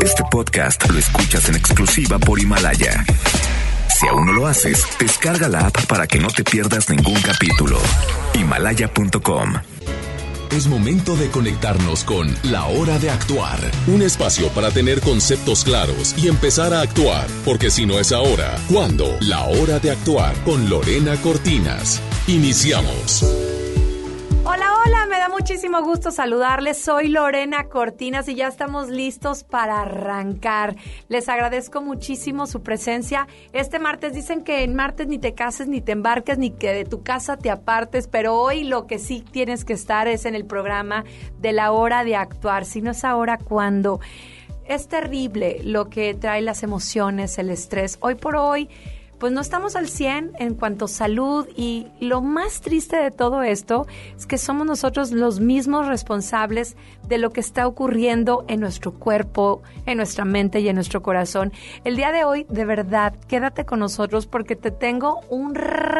Este podcast lo escuchas en exclusiva por Himalaya. Si aún no lo haces, descarga la app para que no te pierdas ningún capítulo. Himalaya.com. Es momento de conectarnos con La Hora de Actuar. Un espacio para tener conceptos claros y empezar a actuar. Porque si no es ahora, ¿cuándo? La Hora de Actuar con Lorena Cortinas. Iniciamos. Hola, me da muchísimo gusto saludarles. Soy Lorena Cortinas y ya estamos listos para arrancar. Les agradezco muchísimo su presencia. Este martes dicen que en martes ni te cases, ni te embarques, ni que de tu casa te apartes, pero hoy lo que sí tienes que estar es en el programa de La Hora de Actuar. Si no es ahora, ¿cuándo? Es terrible lo que trae las emociones, el estrés. Hoy por hoy, pues no estamos al 100 en cuanto a salud, y lo más triste de todo esto es que somos nosotros los mismos responsables de lo que está ocurriendo en nuestro cuerpo, en nuestra mente y en nuestro corazón. El día de hoy, de verdad, quédate con nosotros porque te tengo un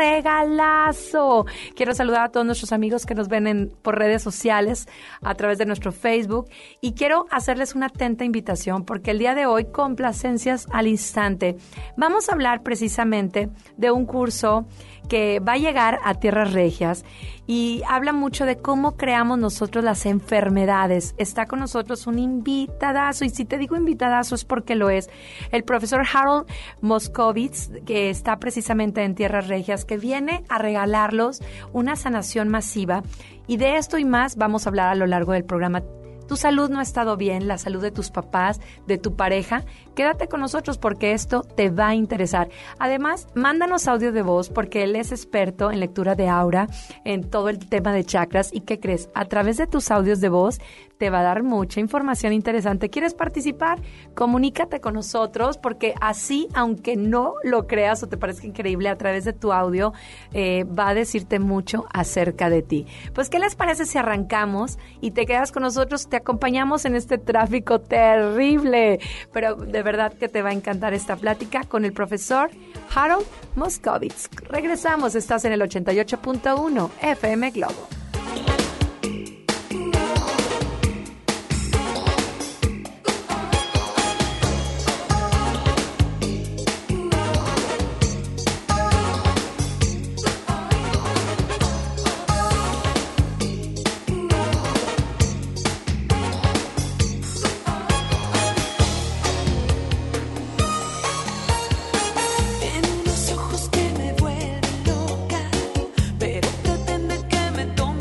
regalazo. Quiero saludar a todos nuestros amigos que nos ven por redes sociales, a través de nuestro Facebook, y quiero hacerles una atenta invitación porque el día de hoy, complacencias al instante, vamos a hablar precisamente de un curso que va a llegar a Tierras Regias y habla mucho de cómo creamos nosotros las enfermedades. Está con nosotros un invitadazo, y si te digo invitadazo es porque lo es, el profesor Harold Moskowitz, que está precisamente en Tierras Regias, que viene a regalarlos una sanación masiva, y de esto y más vamos a hablar a lo largo del programa. Tu salud no ha estado bien, la salud de tus papás, de tu pareja. Quédate con nosotros porque esto te va a interesar. Además, mándanos audio de voz porque él es experto en lectura de aura, en todo el tema de chakras. ¿Y qué crees? A través de tus audios de voz te va a dar mucha información interesante. ¿Quieres participar? Comunícate con nosotros porque así, aunque no lo creas o te parezca increíble, a través de tu audio va a decirte mucho acerca de ti. Pues, ¿qué les parece si arrancamos y te quedas con nosotros? Te acompañamos en este tráfico terrible, pero de verdad que te va a encantar esta plática con el profesor Harold Moskowitz. Regresamos, estás en el 88.1 FM Globo. Tiene unos ojos que me vuelven loca, pero pretende que me tome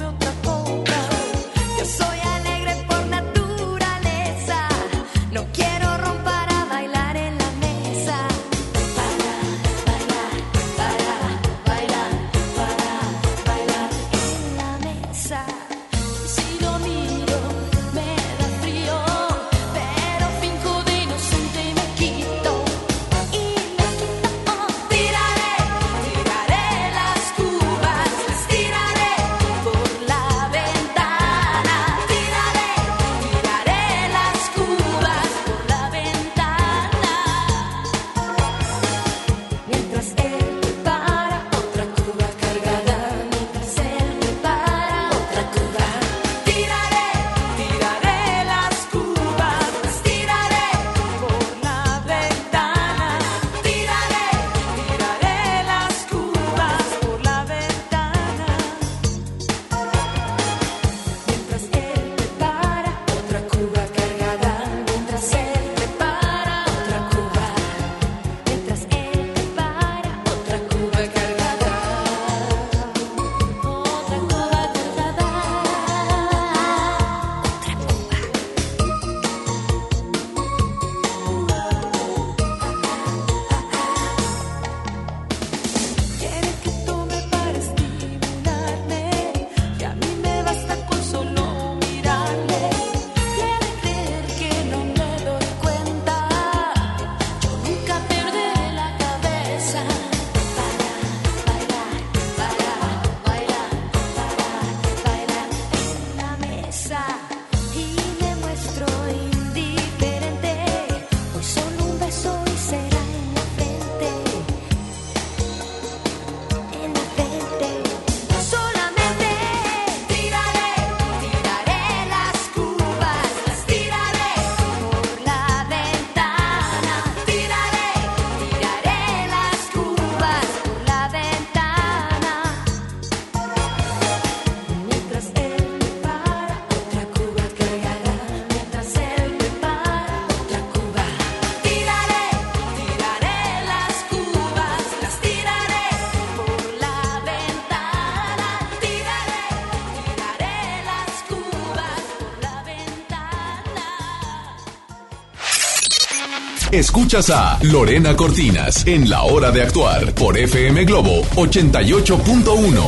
Escuchas a Lorena Cortinas en La Hora de Actuar por FM Globo 88.1.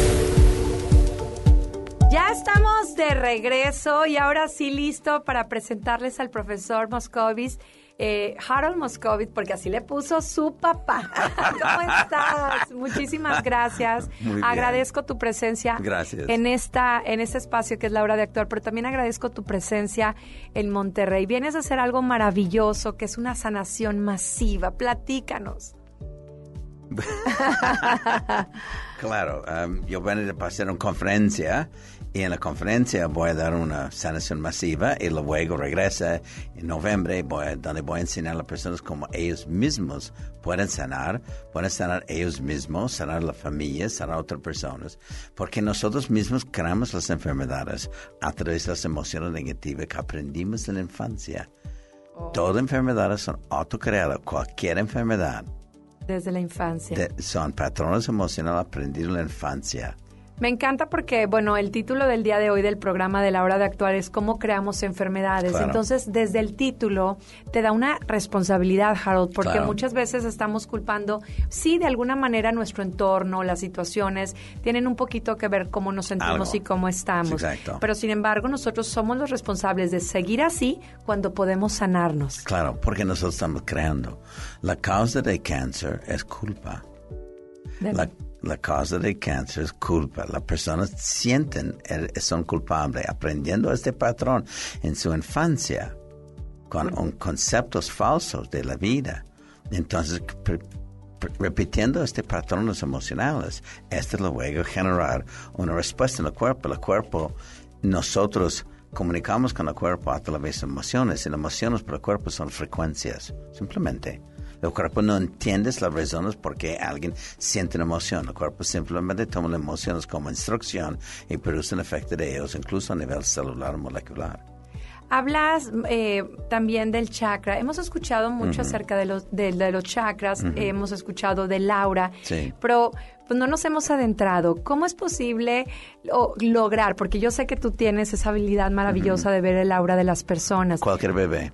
Ya estamos de regreso y ahora sí listo para presentarles al profesor Moscovitz, Harold Moscovitz, porque así le puso su papá. ¿Cómo estás? Muchísimas gracias. Muy bien. Agradezco tu presencia en este espacio que es La Hora de Actuar, pero también agradezco tu presencia en Monterrey. Vienes a hacer algo maravilloso, que es una sanación masiva. Platícanos. Claro, yo vengo a hacer una conferencia y en la conferencia voy a dar una sanación masiva y luego regresa en noviembre donde voy a enseñar a las personas cómo ellos mismos pueden sanar ellos mismos, sanar la familia, sanar a otras personas, porque nosotros mismos creamos las enfermedades a través de las emociones negativas que aprendimos en la infancia. Todas enfermedades son autocreadas, cualquier enfermedad. Desde la infancia. Son patrones emocionales aprendidos en la infancia. Me encanta porque, bueno, el título del día de hoy del programa de La Hora de Actuar es ¿Cómo creamos enfermedades? Claro. Entonces, desde el título te da una responsabilidad, Harold, porque Claro. muchas veces estamos culpando, sí, de alguna manera nuestro entorno, las situaciones, tienen un poquito que ver cómo nos sentimos Algo. y cómo estamos. Exacto. Pero, sin embargo, nosotros somos los responsables de seguir así cuando podemos sanarnos. Claro, porque nosotros estamos creando. La causa de cáncer es culpa. La causa de cáncer es culpa. Las personas son culpables aprendiendo este patrón en su infancia con conceptos falsos de la vida. Entonces, repitiendo este patrones emocionales, luego generar una respuesta en el cuerpo. El cuerpo, nosotros comunicamos con el cuerpo a través de emociones, y las emociones para el cuerpo son frecuencias, simplemente. El cuerpo no entiende las razones por qué alguien siente una emoción. El cuerpo simplemente toma las emociones como instrucción y produce un efecto de ellos, incluso a nivel celular o molecular. Hablas también del chakra. Hemos escuchado mucho acerca de los chakras, hemos escuchado del aura, Sí. pero pues no nos hemos adentrado. ¿Cómo es posible lograr? Porque yo sé que tú tienes esa habilidad maravillosa de ver el aura de las personas. Cualquier bebé.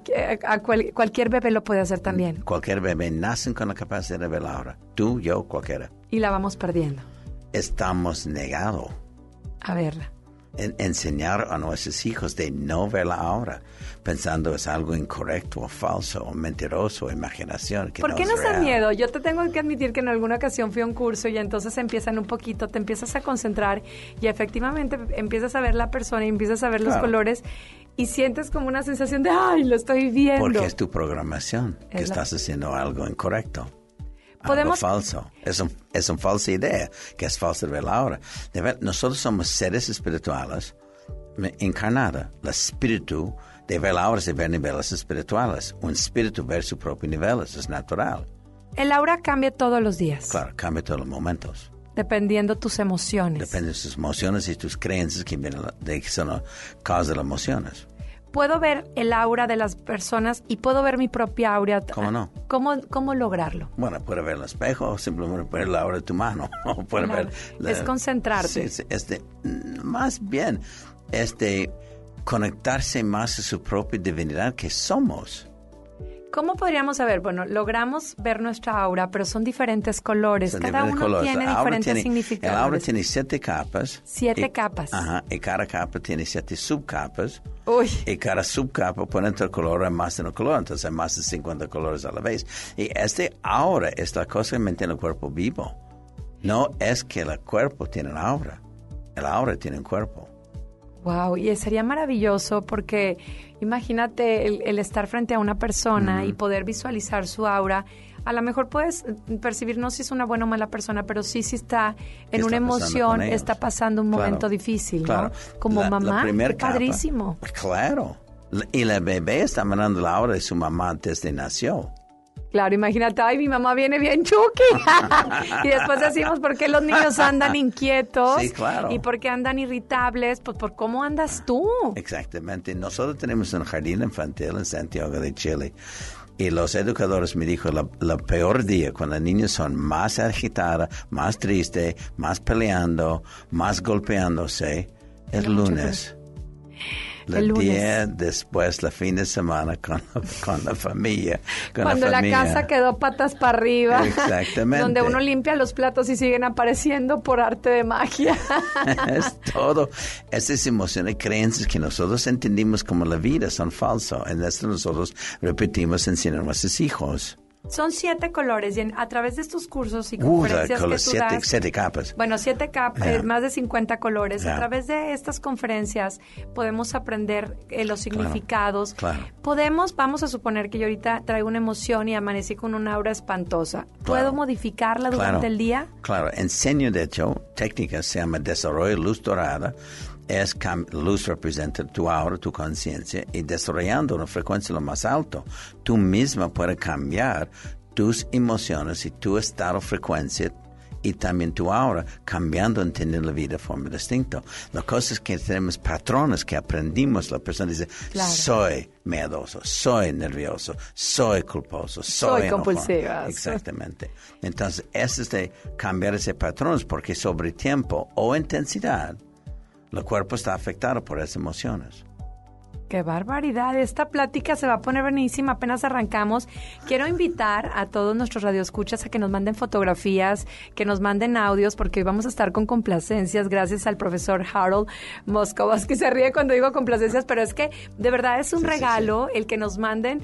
Cualquier bebé lo puede hacer también. Cualquier bebé nace con la capacidad de ver la aura. Tú, yo, cualquiera. Y la vamos perdiendo. Estamos negados A verla. en enseñar a nuestros hijos de no ver la aura, pensando es algo incorrecto o falso o mentiroso o imaginación. ¿Por qué no nos es da real. miedo? Yo te tengo que admitir que en alguna ocasión fui a un curso y entonces te empiezas a concentrar y efectivamente empiezas a ver la persona y empiezas a ver los colores y sientes como una sensación de ¡ay, lo estoy viendo! Porque es tu programación, que estás haciendo algo incorrecto. Algo falso. Es una falsa idea, que es falsa de ver la aura. Nosotros somos seres espirituales encarnados. El espíritu de ver la aura es de ver niveles espirituales. Un espíritu ver sus propios niveles es natural. El aura cambia todos los días. Claro, cambia todos los momentos. Dependiendo tus emociones. Depende de tus emociones y tus creencias que son la causa de las emociones. Puedo ver el aura de las personas y puedo ver mi propia aura. ¿Cómo no? ¿Cómo lograrlo? Bueno, puede ver el espejo o simplemente ver la aura de tu mano. Puede ver es concentrarte. Sí, más bien, conectarse más a su propia divinidad que somos. ¿Cómo podríamos saber? Bueno, logramos ver nuestra aura, pero son diferentes colores. Cada uno tiene diferentes significados. El aura tiene 7 capas. 7 capas. Ajá, y cada capa tiene 7 subcapas. Uy. Y cada subcapa pone entre el color hay más de un color, entonces hay más de 50 colores a la vez. Y aura es la cosa que mantiene el cuerpo vivo. No es que el cuerpo tiene una aura. El aura tiene un cuerpo. Wow, y sería maravilloso porque imagínate el estar frente a una persona y poder visualizar su aura. A lo mejor puedes percibir, no si es una buena o mala persona, pero sí está en una emoción, está pasando un momento difícil, claro. ¿no? Como mamá, qué capa, padrísimo. Claro. Y la bebé está mirando la aura de su mamá desde nació. Claro, imagínate, ay, mi mamá viene bien chuki. Y después decimos, ¿por qué los niños andan inquietos? Sí, claro. ¿Y por qué andan irritables? Pues por cómo andas tú. Exactamente. Nosotros tenemos un jardín infantil en Santiago de Chile. Y los educadores me dijeron, el peor día, cuando los niños son más agitados, más tristes, más peleando, más golpeándose, es lunes. el lunes. día después, la fin de semana con la familia. Cuando la casa quedó patas para arriba. Exactamente. Donde uno limpia los platos y siguen apareciendo por arte de magia. Es todo. Esas emociones y creencias que nosotros entendimos como la vida son falsas. En esto nosotros repetimos enseñar a nuestros hijos. Son 7 colores y a través de estos cursos y conferencias que tú das... 7 capas. Bueno, 7 capas, más de 50 colores. Yeah. A través de estas conferencias podemos aprender los significados. Claro. Vamos a suponer que yo ahorita traigo una emoción y amanecí con una aura espantosa. ¿Puedo modificarla durante el día? Claro. Enseño, de hecho, técnicas, se llama desarrollo de luz dorada. Luz representa tu aura, tu conciencia, y desarrollando una frecuencia lo más alto, tú misma puedes cambiar tus emociones y tu estado de frecuencia y también tu aura, cambiando, entendiendo la vida de forma distinta. La cosa es que tenemos patrones que aprendimos. La persona dice, claro, soy miedoso, soy nervioso, soy culposo, soy compulsiva. Exactamente. Entonces, eso es de cambiar ese patrón, porque sobre tiempo o intensidad, el cuerpo está afectado por esas emociones. ¡Qué barbaridad! Esta plática se va a poner buenísima, apenas arrancamos. Quiero invitar a todos nuestros radioescuchas a que nos manden fotografías, que nos manden audios, porque hoy vamos a estar con complacencias gracias al profesor Harold Moskowitz, que se ríe cuando digo complacencias, pero es que de verdad es un regalo el que nos manden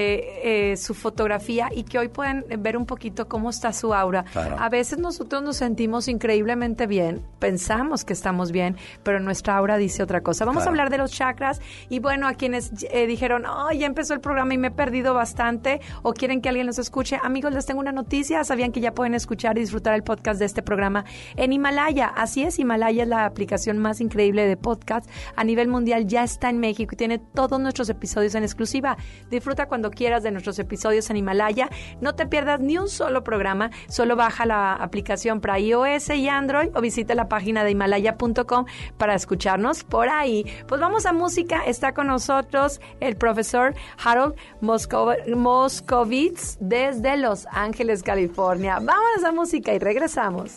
su fotografía y que hoy pueden ver un poquito cómo está su aura. Claro. A veces nosotros nos sentimos increíblemente bien, pensamos que estamos bien, pero nuestra aura dice otra cosa. Vamos a hablar de los chakras y bueno, a quienes dijeron, ya empezó el programa y me he perdido bastante, o quieren que alguien los escuche, amigos, les tengo una noticia. ¿Sabían que ya pueden escuchar y disfrutar el podcast de este programa en Himalaya? Así es, Himalaya es la aplicación más increíble de podcast a nivel mundial, ya está en México y tiene todos nuestros episodios en exclusiva. Disfruta cuando quieras de nuestros episodios en Himalaya, no te pierdas ni un solo programa, solo baja la aplicación para iOS y Android o visita la página de Himalaya.com para escucharnos por ahí. Pues vamos a música. Está con nosotros el profesor Harold Moskowitz desde Los Ángeles, California. Vámonos a música y regresamos.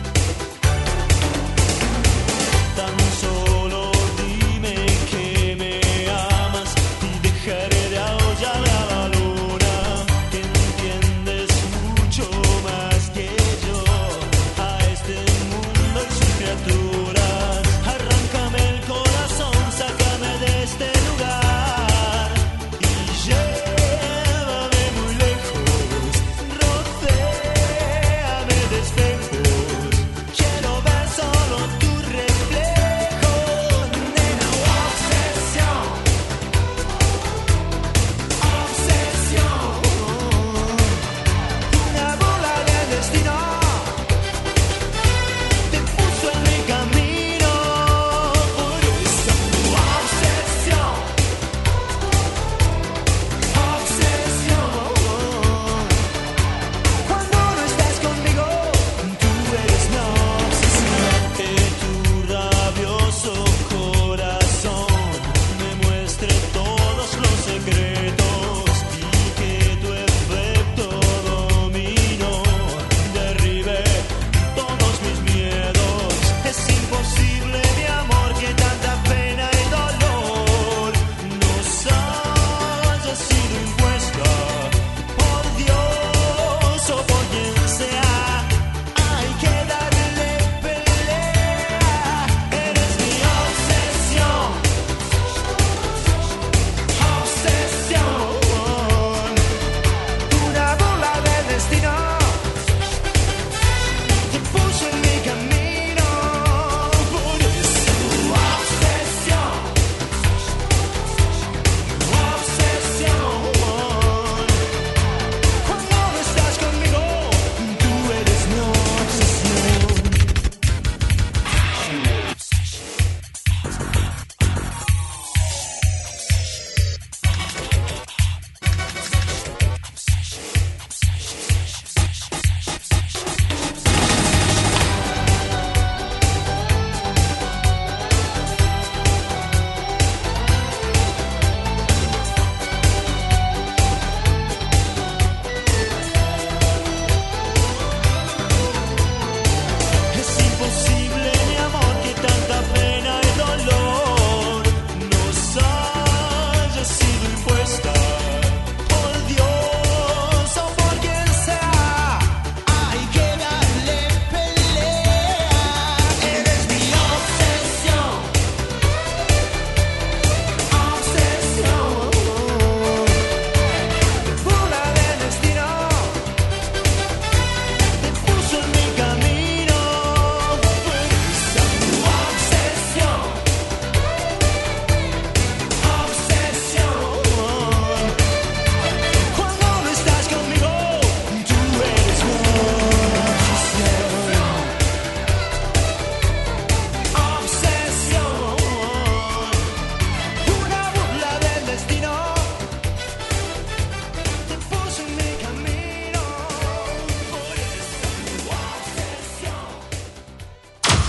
Tan solo dime que me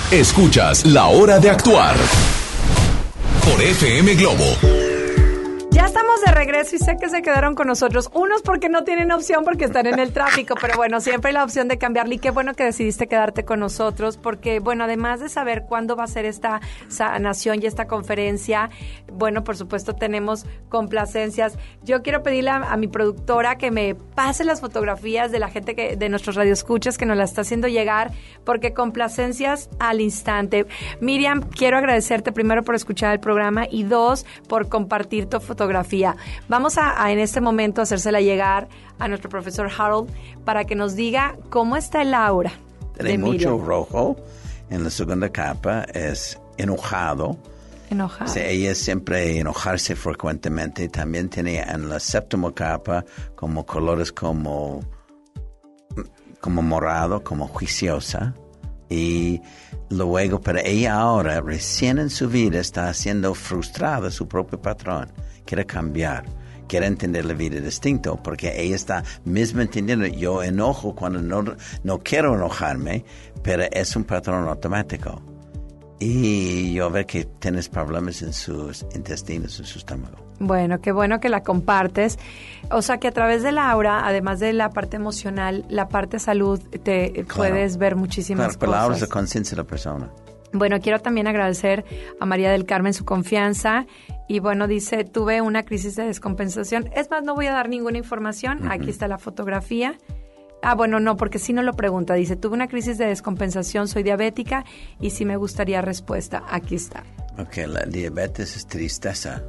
Escuchas La Hora de Actuar por FM Globo. Ya estamos de regreso y sé que se quedaron con nosotros. Unos porque no tienen opción porque están en el tráfico, pero bueno, siempre hay la opción de cambiarle. Y qué bueno que decidiste quedarte con nosotros porque, bueno, además de saber cuándo va a ser esta sanación y esta conferencia, bueno, por supuesto tenemos complacencias. Yo quiero pedirle a mi productora que me pase las fotografías de la gente de nuestros radioescuchas que nos la está haciendo llegar, porque complacencias al instante. Miriam, quiero agradecerte primero por escuchar el programa y dos, por compartir tu fotografía. Vamos a en este momento hacérsela llegar a nuestro profesor Harold para que nos diga cómo está el aura. Tiene mucho rojo. En la segunda capa es enojado. Enojado. Sí, ella siempre enojarse frecuentemente. También tiene en la séptima capa como colores como morado, como juiciosa. Y luego, pero ella ahora, recién en su vida, está siendo frustrada su propio patrón. Quiere cambiar, quiere entender la vida distinto, porque ella está mismo entendiendo, yo enojo cuando no quiero enojarme, pero es un patrón automático. Y yo veo que tienes problemas en sus intestinos, en su estómago. Bueno, qué bueno que la compartes. O sea, que a través de la aura, además de la parte emocional, la parte salud, puedes ver muchísimas cosas. Pero la aura es la conciencia de la persona. Bueno, quiero también agradecer a María del Carmen su confianza. Y bueno, dice, tuve una crisis de descompensación. Es más, no voy a dar ninguna información. Uh-huh. Aquí está la fotografía. Ah, bueno, no, porque sí no lo pregunta. Dice, tuve una crisis de descompensación, soy diabética y sí me gustaría respuesta. Aquí está. Ok, la diabetes es tristeza.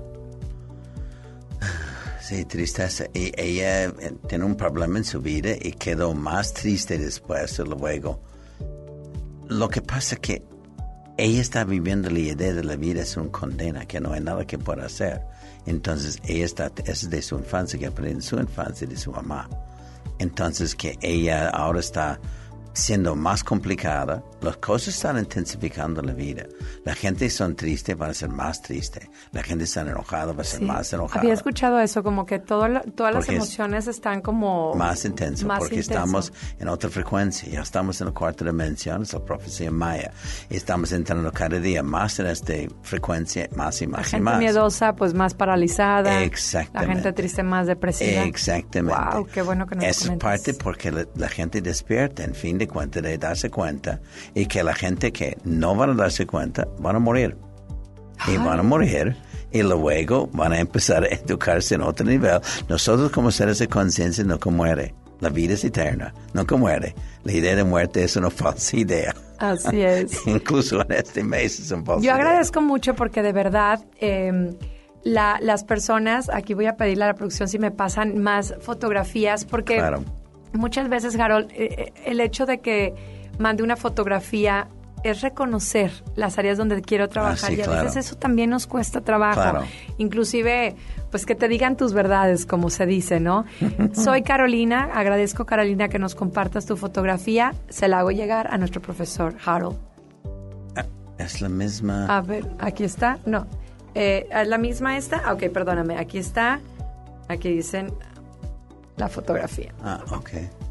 Sí, tristeza. Y ella tiene un problema en su vida y quedó más triste después, luego. Lo que pasa es que ella está viviendo la idea de la vida es una condena, que no hay nada que pueda hacer. Entonces, ella es de su infancia, que aprendió en su infancia de su mamá. Entonces, que ella ahora está siendo más complicada, las cosas están intensificando la vida. La gente son tristes, van a ser más tristes. La gente está enojada, va a ser más enojada. Había escuchado eso, como que todas las emociones están como... Más intensas, porque estamos en otra frecuencia. Ya estamos en la cuarta dimensión, es la profecía maya. Estamos entrando cada día más en esta frecuencia, más y más y más. La gente miedosa, pues más paralizada. Exactamente. La gente triste, más depresiva. Exactamente. Wow, qué bueno que nos comentas. Esa es parte porque la gente despierta, en fin de cuenta, de darse cuenta, y que la gente que no van a darse cuenta van a morir. Y van a morir y luego van a empezar a educarse en otro nivel. Nosotros como seres de conciencia nunca muere. La vida es eterna, nunca muere. La idea de muerte es una falsa idea. Así es. Incluso en este mes es una falsa idea. Yo agradezco mucho porque de verdad las personas, aquí voy a pedirle a la producción si me pasan más fotografías, porque claro. Muchas veces, Harold, el hecho de que mande una fotografía es reconocer las áreas donde quiero trabajar. Y a veces eso también nos cuesta trabajo. Claro. Inclusive, pues que te digan tus verdades, como se dice, ¿no? Soy Carolina, agradezco, Carolina, que nos compartas tu fotografía. Se la hago llegar a nuestro profesor Harold. Es la misma. A ver, aquí está. No. ¿Es la misma esta? Ok, perdóname. Aquí está. Aquí dicen la fotografía. Ah, ok.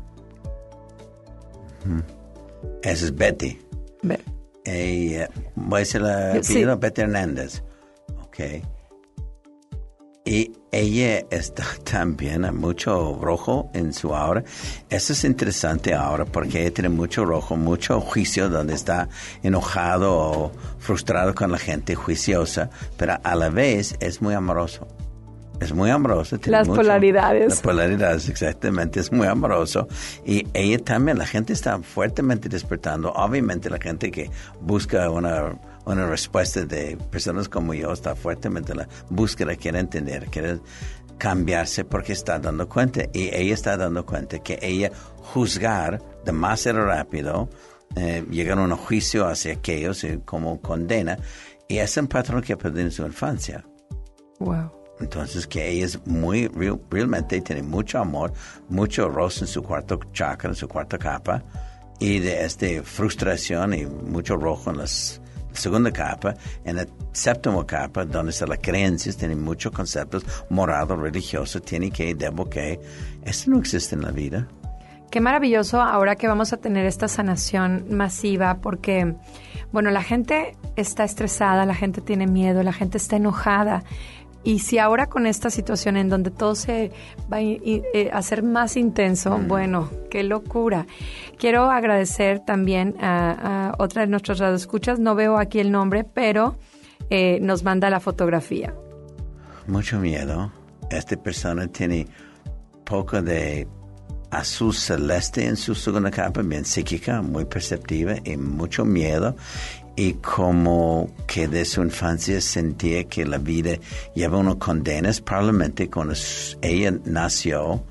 Esa es Betty. Voy a decir la apellido, sí. Betty Hernández. Ok. Y ella está también mucho rojo en su aura. Eso es interesante ahora porque ella tiene mucho rojo, mucho juicio, donde está enojado o frustrado con la gente, juiciosa, pero a la vez es muy amoroso. Es muy amoroso. Las polaridades. Las polaridades, exactamente. Es muy amoroso. Y ella también, la gente está fuertemente despertando. Obviamente la gente que busca una respuesta de personas como yo está fuertemente en la búsqueda, quiere entender, quiere cambiarse porque está dando cuenta. Y ella está dando cuenta que ella juzgar demasiado rápido, llegar a un juicio hacia aquellos como condena. Y es un patrón que aprendió en su infancia. Wow. Entonces, que ella es realmente tiene mucho amor, mucho rosa en su cuarto chakra, en su cuarta capa, y de frustración y mucho rojo en la segunda capa. En la séptima capa, donde están las creencias, tiene muchos conceptos morados, religiosos, tiene que, debo que. Eso no existe en la vida. Qué maravilloso ahora que vamos a tener esta sanación masiva porque, bueno, la gente está estresada, la gente tiene miedo, la gente está enojada. Y si ahora con esta situación en donde todo se va a hacer más intenso, bueno, qué locura. Quiero agradecer también a otra de nuestras radioescuchas, no veo aquí el nombre, pero nos manda la fotografía. Mucho miedo. Esta persona tiene poco de azul celeste en su segunda capa, bien psíquica, muy perceptiva y mucho miedo. Y como que de su infancia sentía que la vida lleva unas condenas, probablemente cuando ella nació,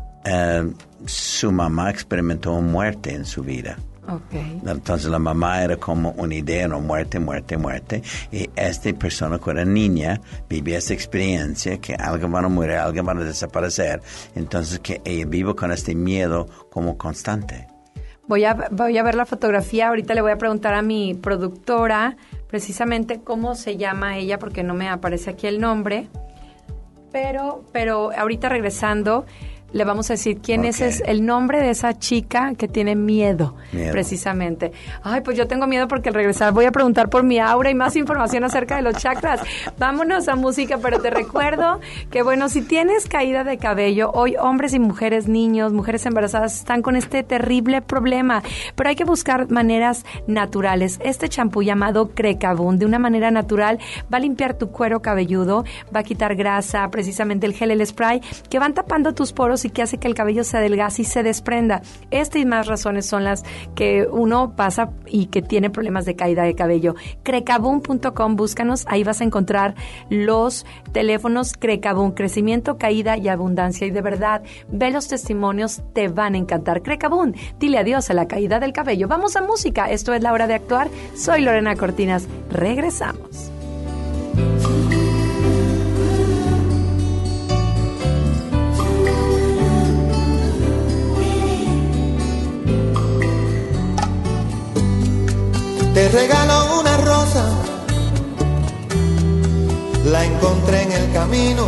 su mamá experimentó muerte en su vida. Okay. Entonces la mamá era como una idea, no, muerte. Y esta persona cuando era niña vivía esa experiencia que algo van a morir, algo van a desaparecer. Entonces que ella vive con este miedo como constante. Voy a ver la fotografía. Ahorita le voy a preguntar a mi productora precisamente cómo se llama ella porque no me aparece aquí el nombre. Pero ahorita regresando le vamos a decir quién es el nombre de esa chica que tiene miedo, precisamente. Ay, pues yo tengo miedo porque al regresar voy a preguntar por mi aura y más información acerca de los chakras. Vámonos a música, pero te recuerdo que, bueno, si tienes caída de cabello, hoy hombres y mujeres, niños, mujeres embarazadas están con este terrible problema, pero hay que buscar maneras naturales. Este champú llamado Crecabun, de una manera natural, va a limpiar tu cuero cabelludo, va a quitar grasa, precisamente el gel, el spray, que van tapando tus poros y que hace que el cabello se adelgace y se desprenda. Estas y más razones son las que uno pasa y que tiene problemas de caída de cabello. Crecabun.com, búscanos, ahí vas a encontrar los teléfonos Crecabun, crecimiento, caída y abundancia. Y de verdad, ve los testimonios, te van a encantar. Crecabun, dile adiós a la caída del cabello. Vamos a música, esto es La Hora de Actuar. Soy Lorena Cortinas, regresamos. Te regalo una rosa, la encontré en el camino.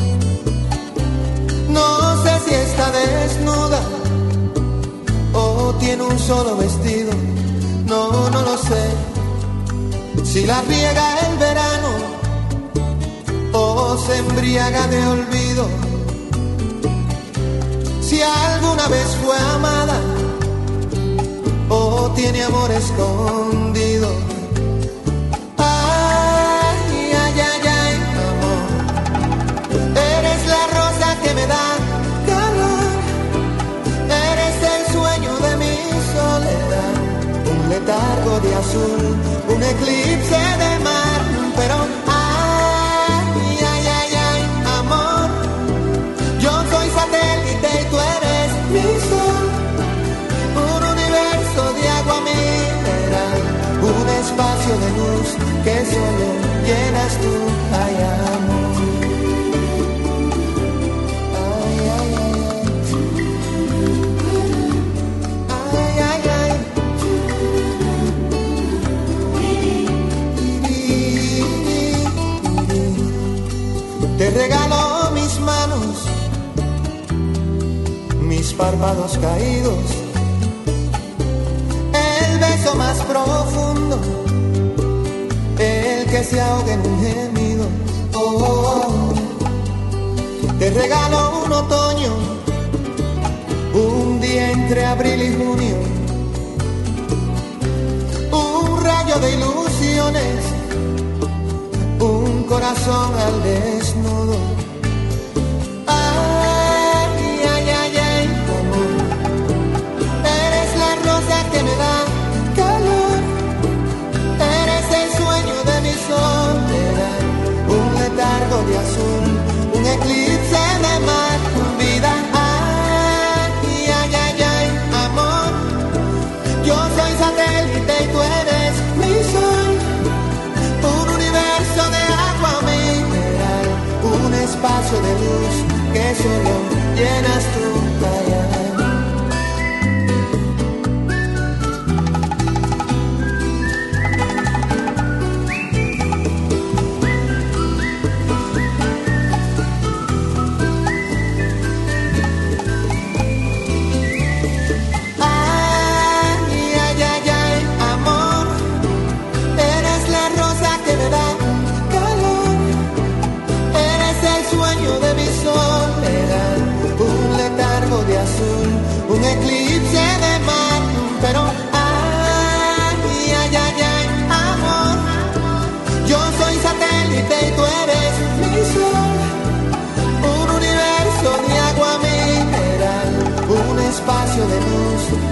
No sé si está desnuda o tiene un solo vestido. No lo sé. Si la riega el verano o se embriaga de olvido. Si alguna vez fue amada o tiene amor escondido. Ay, ay, ay, ay, amor. Eres la rosa que me da calor. Eres el sueño de mi soledad. Un letargo de azul, un eclipse de mar. Pero ay, ay, ay, ay, amor. Yo soy satélite y tú eres mi sol. De agua mineral, un espacio de luz que solo llenas tú, ay amor. Ay, ay, ay, ay, ay, ay. Te regalo mis manos, mis párpados caídos, el beso más profundo, el que se ahoga en un gemido. Oh, oh, oh. Te regalo un otoño, un día entre abril y junio, un rayo de ilusiones, un corazón al desnudo. Ay, ay, ay, ay, amor. Eres la rosa que me da calor, eres el sueño de mi soledad, un letargo de azul, un eclipse de mar, vida. Ay, ay, ay, ay, amor. Yo soy satélite y tú eres mi sol, un universo de agua mineral, un espacio de luz que solo llenas tú.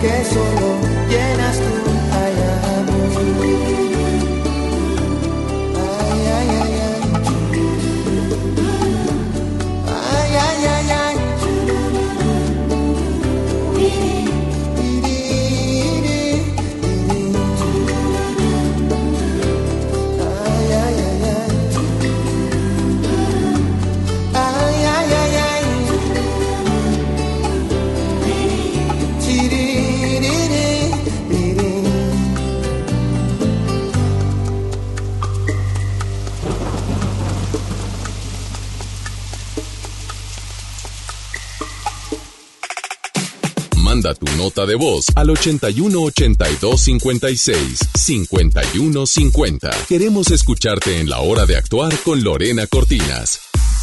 que solo llenas tú. Ay, amor. Ay, ay, ay, ay. Ay, ay, ay, ay. Manda tu nota de voz al 81 82 56 51 50. Queremos escucharte en La Hora de Actuar con Lorena Cortinas.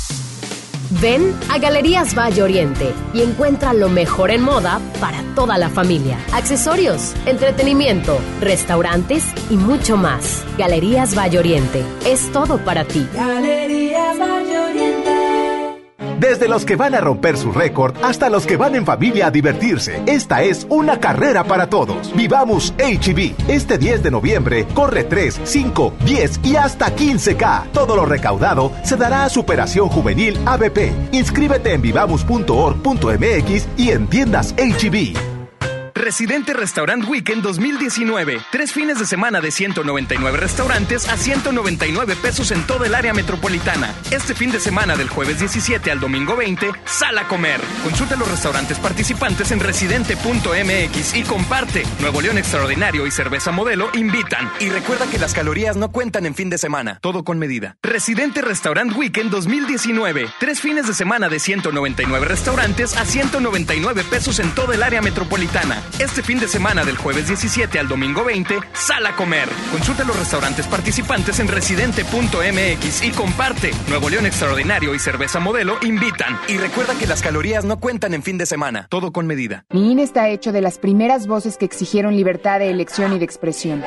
Ven a Galerías Valle Oriente y encuentra lo mejor en moda para toda la familia. Accesorios, entretenimiento, restaurantes y mucho más. Galerías Valle Oriente, es todo para ti. Galerías Valle Oriente. Desde los que van a romper su récord hasta los que van en familia a divertirse. Esta es una carrera para todos. Vivamos H-E-B. Este 10 de noviembre corre 3, 5, 10 y hasta 15K. Todo lo recaudado se dará a Superación Juvenil ABP. Inscríbete en vivamos.org.mx y en tiendas H-E-B. Residente Restaurant Weekend 2019. 3 fines de semana de 199 restaurantes a 199 pesos en toda el área metropolitana. Este fin de semana del jueves 17 al domingo 20, sal a comer. Consulta los restaurantes participantes en residente.mx y comparte. Nuevo León Extraordinario y Cerveza Modelo invitan. Y recuerda que las calorías no cuentan en fin de semana. Todo con medida. Residente Restaurant Weekend 2019. 3 fines de semana de 199 restaurantes a 199 pesos en toda el área metropolitana. Este fin de semana del jueves 17 al domingo 20, sal a comer. Consulta los restaurantes participantes en residente.mx y comparte. Nuevo León Extraordinario y Cerveza Modelo invitan. Y recuerda que las calorías no cuentan en fin de semana. Todo con medida. Mi INE está hecho de las primeras voces que exigieron libertad de elección y de expresión.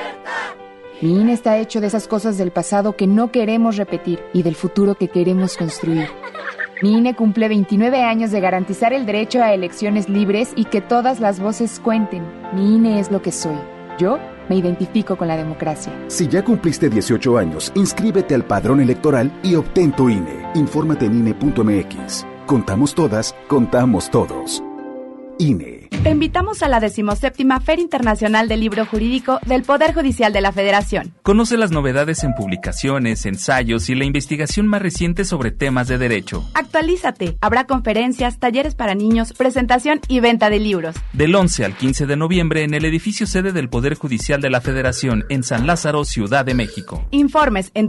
Mi INE está hecho de esas cosas del pasado que no queremos repetir y del futuro que queremos construir. Mi INE cumple 29 años de garantizar el derecho a elecciones libres y que todas las voces cuenten. Mi INE es lo que soy. Yo me identifico con la democracia. Si ya cumpliste 18 años, inscríbete al padrón electoral y obtén tu INE. Infórmate en INE.mx. Contamos todas, contamos todos. INE. Te invitamos a la 17ª Feria Internacional del Libro Jurídico del Poder Judicial de la Federación. Conoce las novedades en publicaciones, ensayos y la investigación más reciente sobre temas de derecho. Actualízate. Habrá conferencias, talleres para niños, presentación y venta de libros. Del 11 al 15 de noviembre en el edificio sede del Poder Judicial de la Federación en San Lázaro, Ciudad de México. Informes en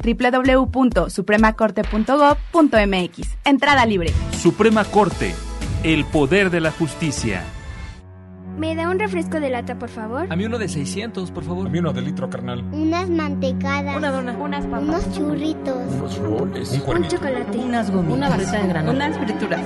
www.supremacorte.gov.mx. Entrada libre. Suprema Corte. El poder de la justicia. ¿Me da un refresco de lata, por favor? A mí uno de 600, por favor. A mí uno de litro, carnal. Unas mantecadas. Una dona. Unas papas. Unos churritos. Unos roles. Un chocolate. Unas gomitas. Una barrita de granola. Unas frituras.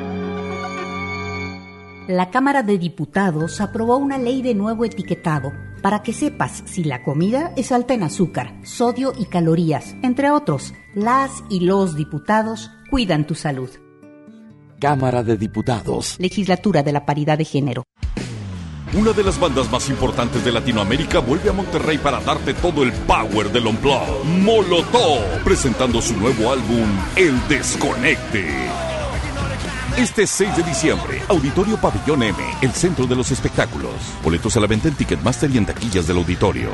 La Cámara de Diputados aprobó una ley de nuevo etiquetado para que sepas si la comida es alta en azúcar, sodio y calorías. Entre otros, las y los diputados cuidan tu salud. Cámara de Diputados. Legislatura de la Paridad de Género. Una de las bandas más importantes de Latinoamérica vuelve a Monterrey para darte todo el power del Unplugged. Molotov, presentando su nuevo álbum, El Desconecte. Este 6 de diciembre, Auditorio Pabellón M, el centro de los espectáculos. Boletos a la venta en Ticketmaster y en taquillas del auditorio.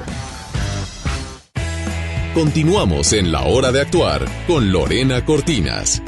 Continuamos en La Hora de Actuar con Lorena Cortinas.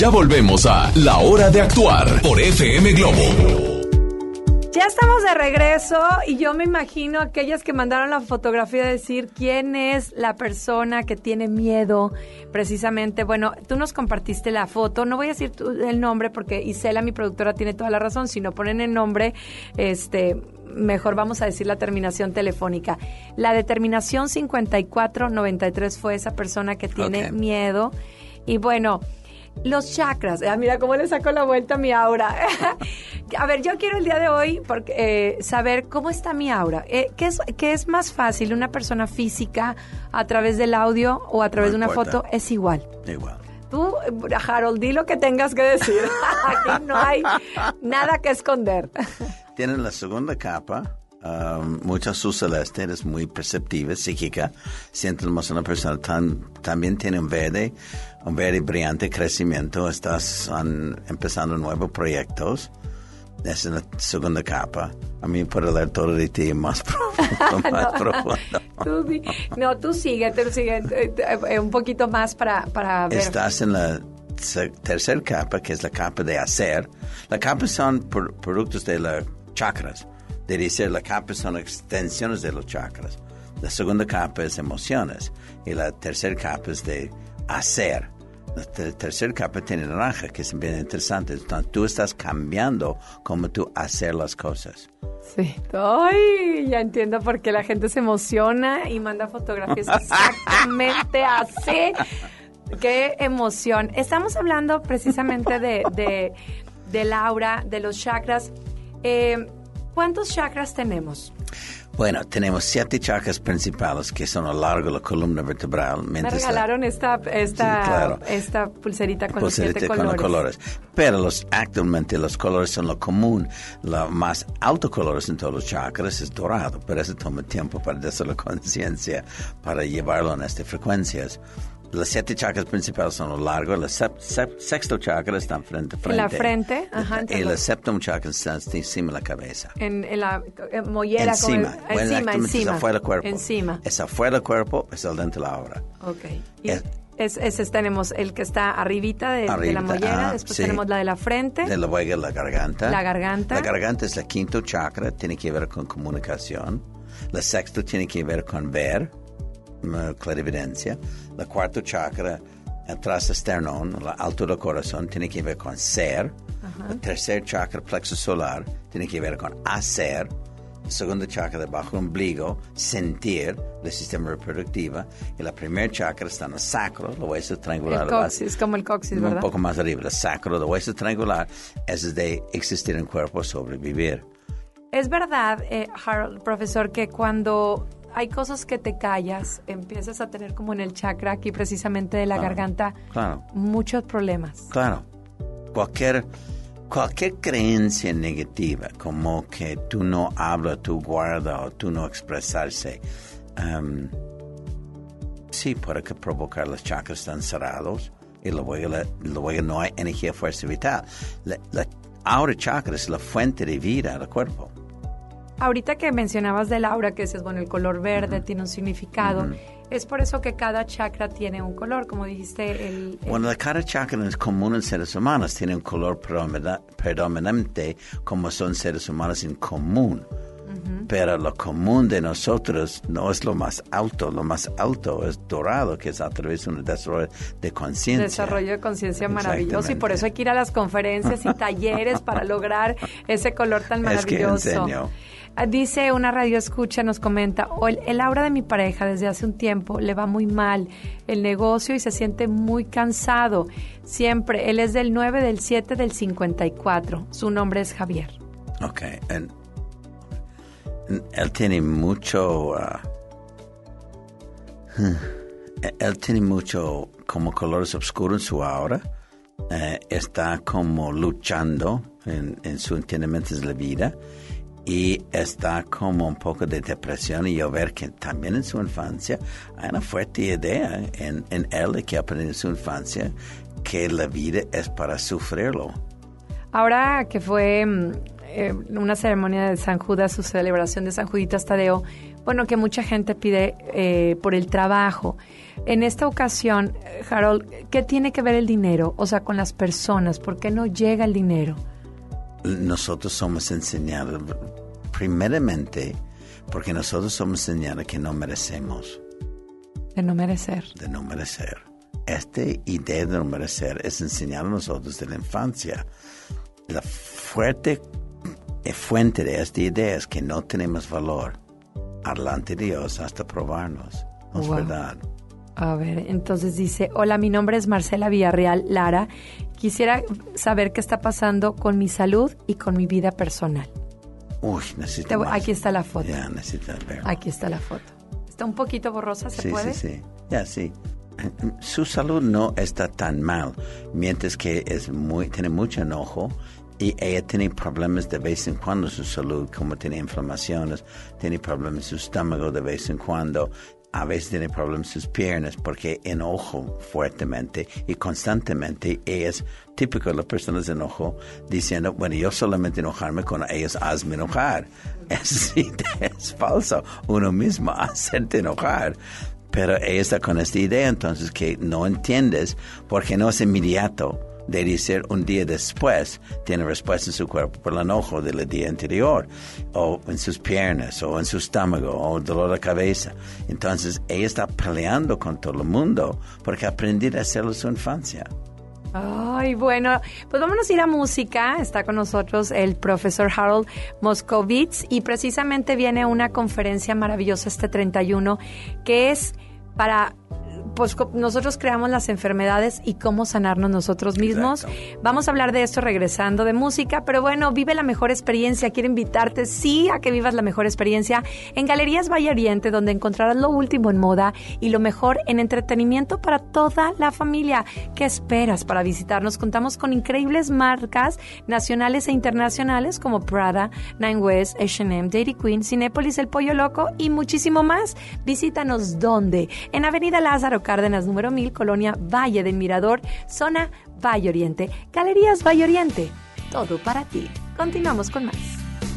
Ya volvemos a La Hora de Actuar por FM Globo. Ya estamos de regreso y yo me imagino aquellas que mandaron la fotografía decir quién es la persona que tiene miedo precisamente. Bueno, tú nos compartiste la foto, no voy a decir el nombre porque Isela, mi productora, tiene toda la razón. Si no ponen el nombre, mejor vamos a decir la terminación telefónica. La de terminación 5493 fue esa persona que tiene miedo. Y bueno, los chakras, mira cómo le saco la vuelta a mi aura. A ver, yo quiero el día de hoy saber cómo está mi aura. ¿Qué es más fácil? ¿Una persona física a través del audio o a través de una foto? Es igual. Igual. Tú, Harold, di lo que tengas que decir. Aquí no hay nada que esconder. Tienen la segunda capa. Mucha azul celeste, es muy perceptiva, psíquica. Sientes más una persona. También tiene un verde brillante crecimiento. Estás empezando nuevos proyectos. Esa es la segunda capa. A mí puedo leer todo de ti más profundo. Tú sigue un poquito más para ver. Estás en la tercera capa, que es la capa de hacer. Las capas son productos de los chakras. De decir, la capa son extensiones de los chakras. La segunda capa es emociones. Y la tercera capa es de hacer. La tercera capa tiene naranja, que es bien interesante. Entonces, tú estás cambiando cómo tú hacer las cosas. Sí. Ay, ya entiendo por qué la gente se emociona y manda fotografías exactamente así. ¡Qué emoción! Estamos hablando precisamente del aura, de los chakras. ¿Cuántos chakras tenemos? Bueno, tenemos 7 chakras principales que son a lo largo de la columna vertebral. Me regalaron esta pulserita con los 7 colores. Los colores. Pero actualmente los colores son lo común. Los más altos colores en todos los chakras es dorado, pero eso toma tiempo para darse la conciencia, para llevarlo en estas frecuencias. Los 7 chakras principales son a lo largo. El sexto chakra está frente a frente. En la frente. Ajá. Y el séptimo chakra está encima de la cabeza. En la mollera. Encima. Encima. Es afuera del cuerpo. Encima. Es afuera del cuerpo, es al dentro de la obra. Ok. Tenemos el que está arribita de la mollera. Después tenemos la de la frente. De luego la garganta. La garganta. La garganta es el quinto chakra. Tiene que ver con comunicación. El sexto tiene que ver con ver. Clarividencia. La cuarto chakra, atrás del esternón, la altura del corazón, tiene que ver con ser. Uh-huh. El tercer chakra, plexo solar, tiene que ver con hacer. El segundo chakra, debajo del ombligo, sentir, el sistema reproductivo. Y la primer chakra está en el sacro, el hueso triangular. El coxis, como el coxis, ¿verdad? Un poco más arriba. El sacro, el hueso triangular, es de existir en el cuerpo, sobrevivir. Es verdad, Harold, profesor, que cuando hay cosas que te callas, empiezas a tener como en el chakra aquí precisamente de la garganta, muchos problemas. Claro. Cualquier creencia negativa, como que tú no hablas, tú guardas o tú no expresarse, sí puede provocar los chakras están cerrados y luego no hay energía, fuerza vital. La aura chakra es la fuente de vida del cuerpo. Ahorita que mencionabas del aura, que dices, bueno, el color verde tiene un significado, es por eso que cada chakra tiene un color, como dijiste. Bueno, cada chakra es común en seres humanos, tiene un color predominante, como son seres humanos en común. Pero lo común de nosotros no es lo más alto es dorado, que es a través de un desarrollo de conciencia. Desarrollo de conciencia maravilloso, y por eso hay que ir a las conferencias y talleres para lograr ese color tan maravilloso. Es que enseño. Dice una radioescucha, nos comenta, el aura de mi pareja desde hace un tiempo le va muy mal el negocio y se siente muy cansado. Siempre, él es del 9, del 7, del 54. Su nombre es Javier. Ok, él tiene mucho... él tiene mucho como colores oscuros en su aura. Está como luchando en su entendimiento de la vida. Y está como un poco de depresión, y yo ver que también en su infancia hay una fuerte idea en él que aprendió en su infancia que la vida es para sufrirlo. Ahora que fue una ceremonia de San Judas, su celebración de San Juditas Tadeo, bueno, que mucha gente pide por el trabajo. En esta ocasión, Harold, ¿qué tiene que ver el dinero? O sea, con las personas, ¿por qué no llega el dinero? Nosotros somos enseñados, primeramente, porque nosotros somos enseñados que no merecemos. De no merecer. De no merecer. Esta idea de no merecer es enseñada a nosotros de la infancia. La fuerte fuente de esta idea es que no tenemos valor delante de Dios hasta probarnos. No es verdad. A ver, entonces dice, hola, mi nombre es Marcela Villarreal Lara. Quisiera saber qué está pasando con mi salud y con mi vida personal. Uy, necesito más. Aquí está la foto. Ya, necesito verlo. Aquí está la foto. Está un poquito borrosa, ¿se puede? Sí. Ya, sí. Su salud no está tan mal, mientras que tiene mucho enojo y ella tiene problemas de vez en cuando su salud, como tiene inflamaciones, tiene problemas en su estómago de vez en cuando. A veces tiene problemas en sus piernas porque enojo fuertemente y constantemente. Ella es típico de las personas de enojo diciendo, bueno, yo solamente enojarme con ellos, hazme enojar. Es falso. Uno mismo hacerte enojar. Pero ella está con esta idea entonces que no entiendes porque no es inmediato. De decir un día después tiene respuesta en su cuerpo por el enojo del día anterior, o en sus piernas, o en su estómago, o dolor de cabeza. Entonces ella está peleando con todo el mundo porque aprendió a hacerlo en su infancia. Ay, bueno, pues vámonos a ir a música. Está con nosotros el profesor Harold Moskowitz y precisamente viene una conferencia maravillosa este 31 que es para... Pues nosotros creamos las enfermedades y cómo sanarnos nosotros mismos. Exacto. Vamos a hablar de esto regresando de música, pero bueno, vive la mejor experiencia. Quiero invitarte, sí, a que vivas la mejor experiencia en Galerías Valle Oriente, donde encontrarás lo último en moda y lo mejor en entretenimiento para toda la familia. ¿Qué esperas para visitarnos? Contamos con increíbles marcas nacionales e internacionales como Prada, Nine West, H&M, Dairy Queen, Cinépolis, El Pollo Loco y muchísimo más. Visítanos, ¿dónde? En Avenida Lázaro Cárdenas, número 1000, Colonia Valle del Mirador, zona Valle Oriente. Galerías Valle Oriente, todo para ti. Continuamos con más.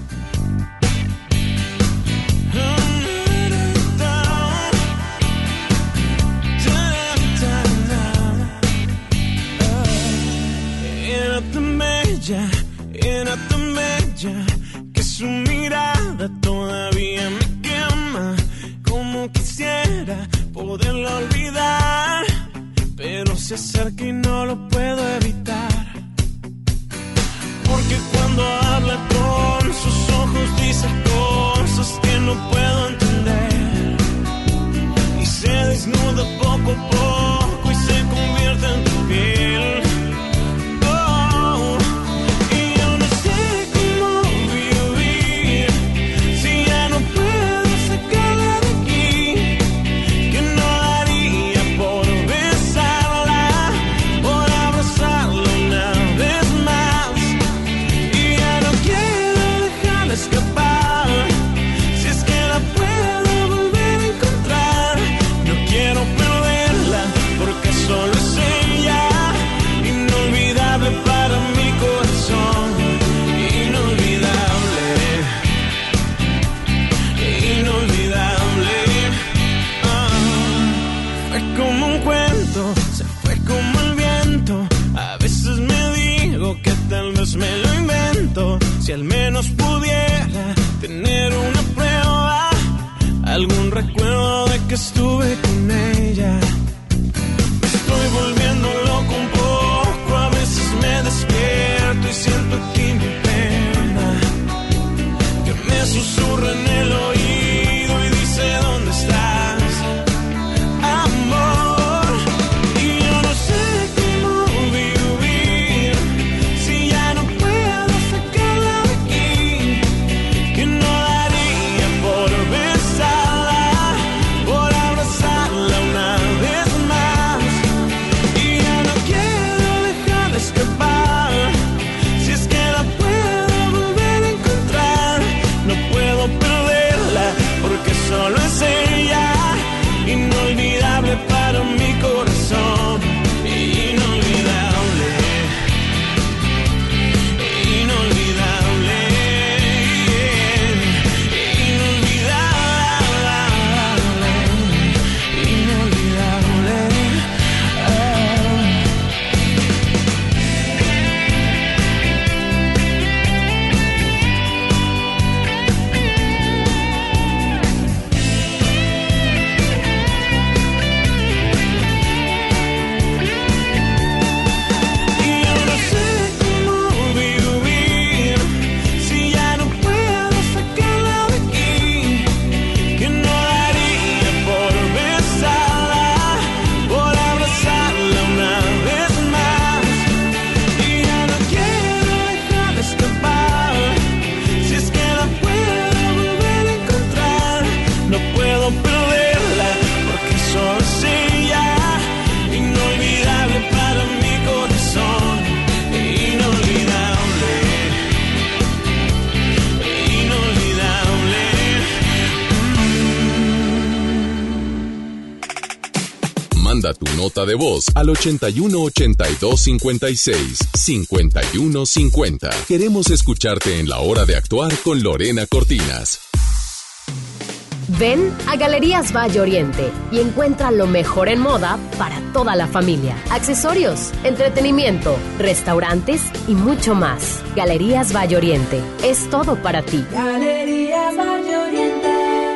Era tan bella que su mirada todavía me quema. Como quisiera poderla olvidar, pero se acerca y no lo puedo evitar. Porque cuando habla con sus ojos dice cosas que no puedo entender. Y se desnuda poco a poco y se convierte en tu piel. Me lo invento, si al menos pudiera tener una prueba, algún recuerdo de que estuve con ella. Me estoy volviendo loco un poco, a veces me despierto y siento aquí mi pena, que me susurra en el oído y dice ¿dónde estás, amor? Una vez Manda tu nota de voz al 81 82 56 51 50. Queremos escucharte en La Hora de Actuar con Lorena Cortinas. Ven a Galerías Valle Oriente y encuentra lo mejor en moda para toda la familia. Accesorios, entretenimiento, restaurantes y mucho más. Galerías Valle Oriente, es todo para ti. Galerías Valle Oriente.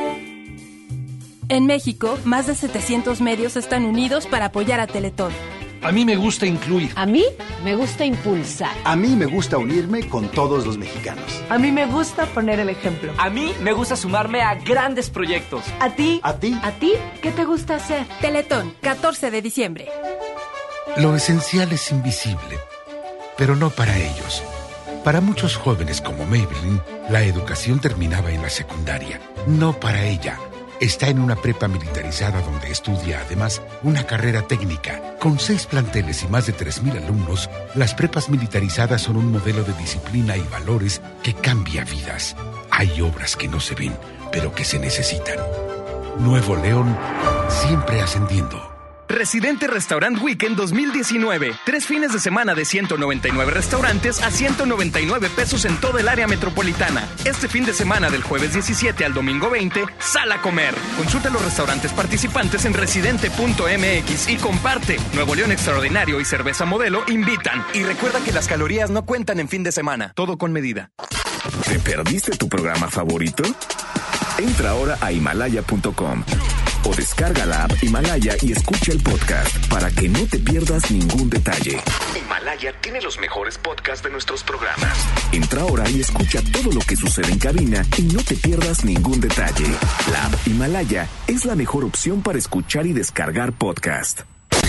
En México, más de 700 medios están unidos para apoyar a Teletón. A mí me gusta incluir. A mí me gusta impulsar. A mí me gusta unirme con todos los mexicanos. A mí me gusta poner el ejemplo. A mí me gusta sumarme a grandes proyectos. ¿A ti? ¿A ti? ¿A ti? ¿Qué te gusta hacer? Teletón, 14 de diciembre. Lo esencial es invisible, pero no para ellos. Para muchos jóvenes como Maybelline, la educación terminaba en la secundaria. No para ella. Está en una prepa militarizada donde estudia además una carrera técnica. Con 6 planteles y más de 3,000 alumnos, las prepas militarizadas son un modelo de disciplina y valores que cambia vidas. Hay obras que no se ven, pero que se necesitan. Nuevo León, siempre ascendiendo. Residente Restaurant Weekend 2019. 3 fines de semana de 199 restaurantes a 199 pesos en toda el área metropolitana. Este fin de semana del jueves 17 al domingo 20, sal a comer. Consulta los restaurantes participantes en residente.mx y comparte. Nuevo León Extraordinario y Cerveza Modelo invitan. Y recuerda que las calorías no cuentan en fin de semana. Todo con medida. ¿Te perdiste tu programa favorito? Entra ahora a Himalaya.com o descarga la app Himalaya y escucha el podcast para que no te pierdas ningún detalle. Himalaya tiene los mejores podcasts de nuestros programas. Entra ahora y escucha todo lo que sucede en cabina y no te pierdas ningún detalle. La app Himalaya es la mejor opción para escuchar y descargar podcast.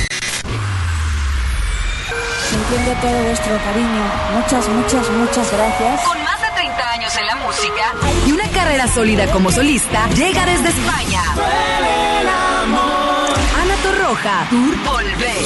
Sintiendo todo vuestro cariño. Muchas gracias. Con más de 30 años en la música y una carrera sólida como solista, llega desde España. Ana Torroja, Tour Volver.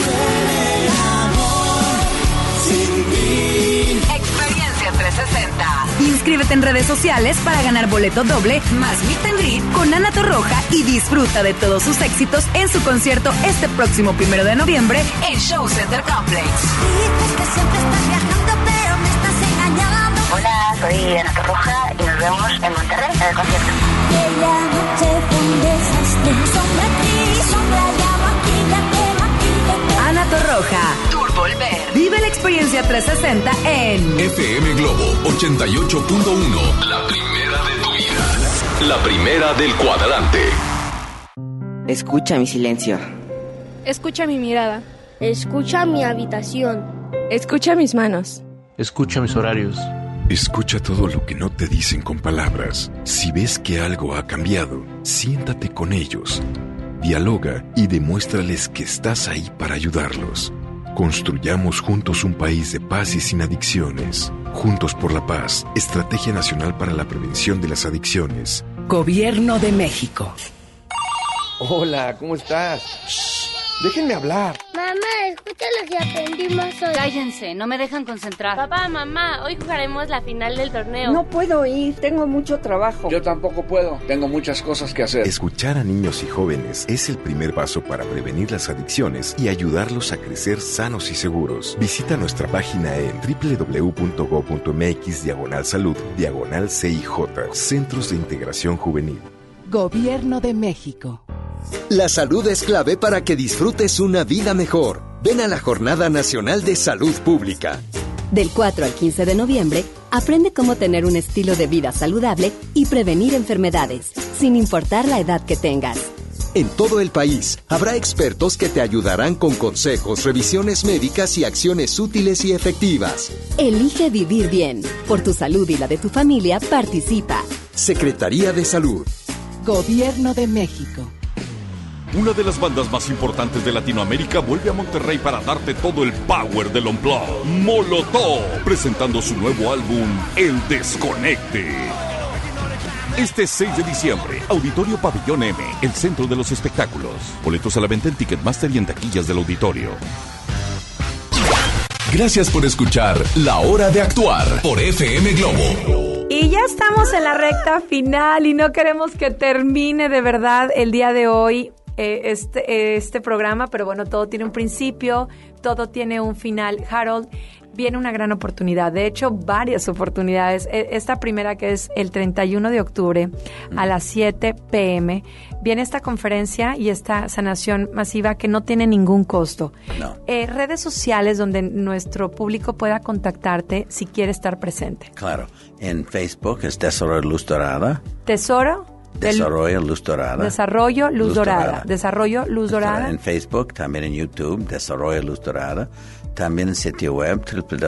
Experiencia 360. Inscríbete en redes sociales para ganar boleto doble más meet and greet con Ana Torroja y disfruta de todos sus éxitos en su concierto este próximo 1 de noviembre en Show Center Complex. Dices que siempre estás viajando, pero me estás engañando. Hola, soy Ana Torroja y nos vemos en Monterrey en el concierto. Aquella noche fue un desastre. Sombra aquí, sombra allá, maquíllate. Ana Torroja, Tour Volver. Vive la experiencia 360 en FM Globo 88.1. La primera de tu vida. La primera del cuadrante. Escucha mi silencio. Escucha mi mirada. Escucha mi habitación. Escucha mis manos. Escucha mis horarios. Escucha todo lo que no te dicen con palabras. Si ves que algo ha cambiado, siéntate con ellos. Dialoga y demuéstrales que estás ahí para ayudarlos. Construyamos juntos un país de paz y sin adicciones. Juntos por la Paz, Estrategia Nacional para la Prevención de las Adicciones. Gobierno de México. Hola, ¿cómo estás? Shh, déjenme hablar. Mamá, escucha lo que aprendimos hoy. Cállense, no me dejan concentrar. Papá, mamá, hoy jugaremos la final del torneo. No puedo ir, tengo mucho trabajo. Yo tampoco puedo, tengo muchas cosas que hacer. Escuchar a niños y jóvenes es el primer paso para prevenir las adicciones y ayudarlos a crecer sanos y seguros. Visita nuestra página en www.go.mx/salud/CIJ, Centros de Integración Juvenil. Gobierno de México. La salud es clave para que disfrutes una vida mejor. Ven a la Jornada Nacional de Salud Pública. Del 4 al 15 de noviembre, aprende cómo tener un estilo de vida saludable y prevenir enfermedades, sin importar la edad que tengas. En todo el país, habrá expertos que te ayudarán con consejos, revisiones médicas y acciones útiles y efectivas. Elige vivir bien. Por tu salud y la de tu familia, participa. Secretaría de Salud. Gobierno de México. Una de las bandas más importantes de Latinoamérica vuelve a Monterrey para darte todo el power del Unplugged. Molotov, presentando su nuevo álbum, El Desconecte. Este 6 de diciembre, Auditorio Pabellón M, el centro de los espectáculos. Boletos a la venta en Ticketmaster y en taquillas del auditorio. Gracias por escuchar La Hora de Actuar por FM Globo. Y ya estamos en la recta final y no queremos que termine de verdad el día de hoy este programa, pero bueno, todo tiene un principio, todo tiene un final. Harold, viene una gran oportunidad, de hecho, varias oportunidades. Esta primera, que es el 31 de octubre a las 7 p.m., viene esta conferencia y esta sanación masiva que no tiene ningún costo. No. Redes sociales donde nuestro público pueda contactarte si quiere estar presente. Claro, en Facebook es Desarrollo Luz Dorada. Desarrollo Luz Dorada. Desarrollo Luz Dorada. Desarrollo Luz Dorada. En Facebook, también en YouTube, Desarrollo Luz Dorada. También en sitio web,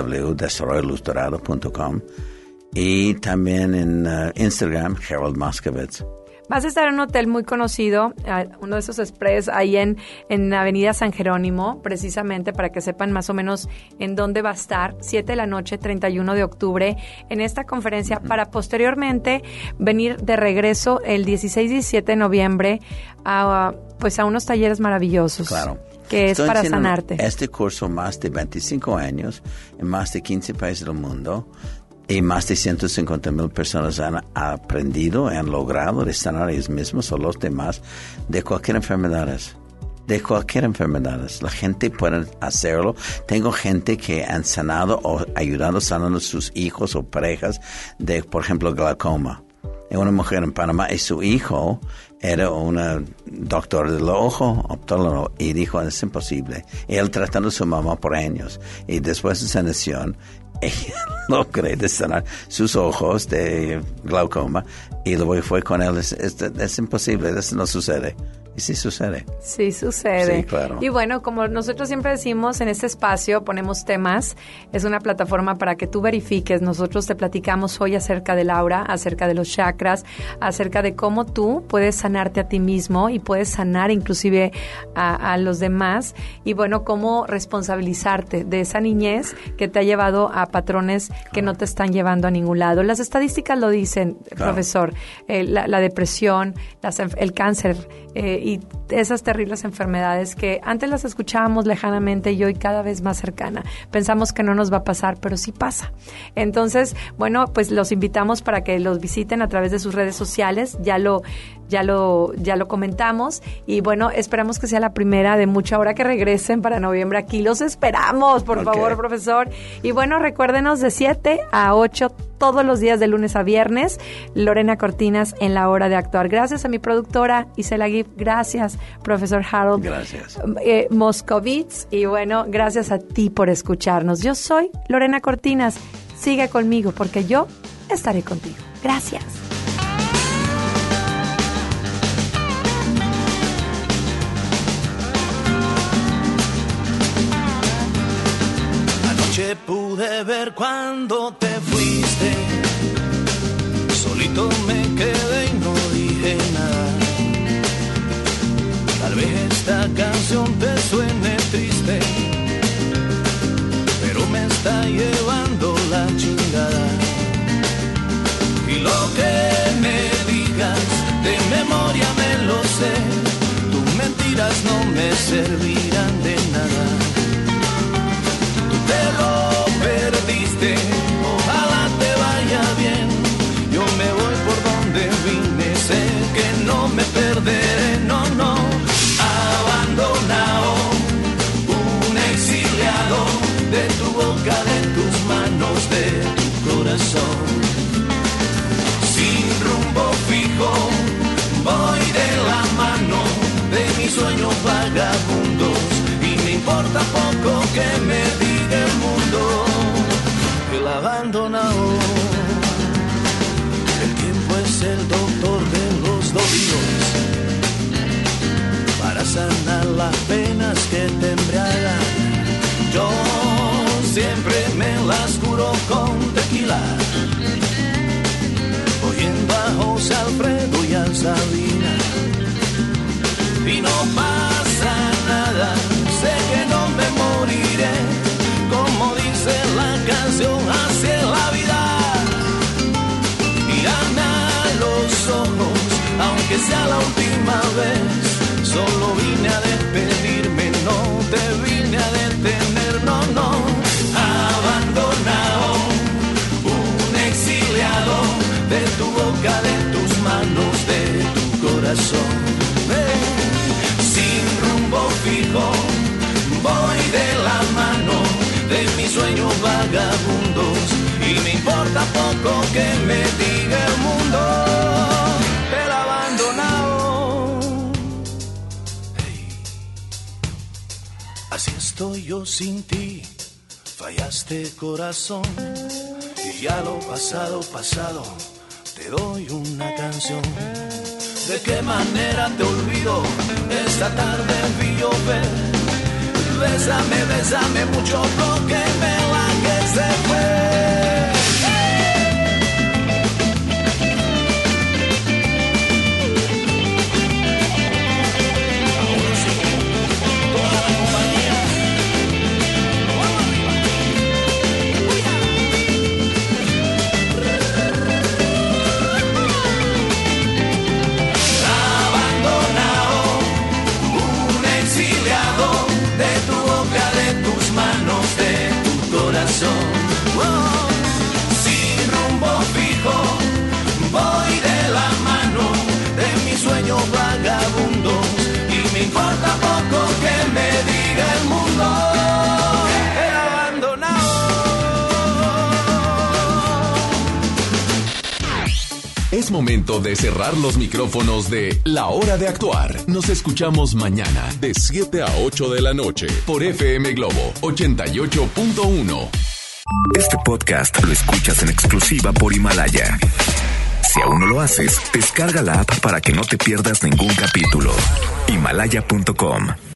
www.desarrolloluzdorado.com. Y también en Instagram, Harold Moskowitz. Vas a estar en un hotel muy conocido, uno de esos express ahí en Avenida San Jerónimo, precisamente para que sepan más o menos en dónde va a estar, 7 de la noche, 31 de octubre, en esta conferencia, para posteriormente venir de regreso el 16-17 de noviembre a unos talleres maravillosos. Claro. Que es para sanarte. Este curso más de 25 años en más de 15 países del mundo. Y más de 150,000 personas han aprendido, han logrado de sanar ellos mismos o los demás de cualquier enfermedad. De cualquier enfermedad. La gente puede hacerlo. Tengo gente que han sanado o ayudado sanando a sus hijos o parejas de, por ejemplo, glaucoma. Hay una mujer en Panamá y su hijo era una doctora del ojo, optólogo, y dijo, es imposible. Y él tratando a su mamá por años. Y después de sanación, ella logró sanar sus ojos de glaucoma y luego fue con él. Es imposible, eso no sucede. Y sí sucede. Sí sucede. Sí, claro. Y bueno, como nosotros siempre decimos, en este espacio ponemos temas. Es una plataforma para que tú verifiques. Nosotros te platicamos hoy acerca del aura, acerca de los chakras, acerca de cómo tú puedes sanarte a ti mismo y puedes sanar inclusive a los demás. Y bueno, cómo responsabilizarte de esa niñez que te ha llevado a patrones que no te están llevando a ningún lado. Las estadísticas lo dicen, profesor. La depresión, el cáncer, y esas terribles enfermedades que antes las escuchábamos lejanamente y hoy cada vez más cercana. Pensamos que no nos va a pasar, pero sí pasa. Entonces, bueno, pues los invitamos para que los visiten a través de sus redes sociales. Ya lo comentamos y bueno, esperamos que sea la primera de mucha hora que regresen para noviembre. Aquí los esperamos, por favor, profesor. Y bueno, recuérdenos de 7 a 8 todos los días de lunes a viernes. Lorena Cortinas en La Hora de Actuar. Gracias a mi productora Isela Gibb. Gracias, profesor Harold. Gracias. Moskowitz. Y bueno, gracias a ti por escucharnos. Yo soy Lorena Cortinas. Sigue conmigo porque yo estaré contigo. Gracias. Anoche pude ver cuando te fuiste, solito me quedé y no dije nada. Tal vez esta canción te suene triste, pero me está llevando la chingada. Y lo que me digas de memoria me lo sé, tus mentiras no me servirán de nada. Tú te lo perdiste, ojalá te vaya bien. Yo me voy por donde vine, sé que no me perderé, no, no. Abandonado, un exiliado, de tu boca, de tus manos, de tu corazón. Sin rumbo fijo, voy de la mano de mis sueños vagabundos. Y me importa poco que me diga el mundo, el abandonado. El tiempo es el doctor de los dolidos, para sanar las penas que te embriagan. Yo siempre me las curo con tequila, oyendo a José Alfredo y a Sabina. Y no pasa nada, sé que no me moriré, como dice la canción, así es la vida. Mírame a los ojos, aunque sea la última vez, solo vine a despedirme, no te vine a detener, no, no. Abandonado, un exiliado, de tu boca, de tus manos, de tu corazón. importa poco que me diga el mundo, el abandonado. Hey. Así estoy yo sin ti, fallaste corazón, y ya lo pasado, pasado, te doy una canción. ¿De qué manera te olvido? Esta tarde vi llover. Bésame, bésame mucho porque me la que se fue. Ahora sí, toda la compañía. Vamos abandonado, un exiliado de tu boca, de tus manos, de tu corazón. Oh, sin rumbo fijo, voy de la mano de mis sueños vagabundos, y me importa poco que me diga el mundo, el abandonado. Es momento de cerrar los micrófonos de La Hora de Actuar. Nos escuchamos mañana de 7 a 8 de la noche por FM Globo 88.1. Este podcast lo escuchas en exclusiva por Himalaya. Si aún no lo haces, descarga la app para que no te pierdas ningún capítulo. Himalaya.com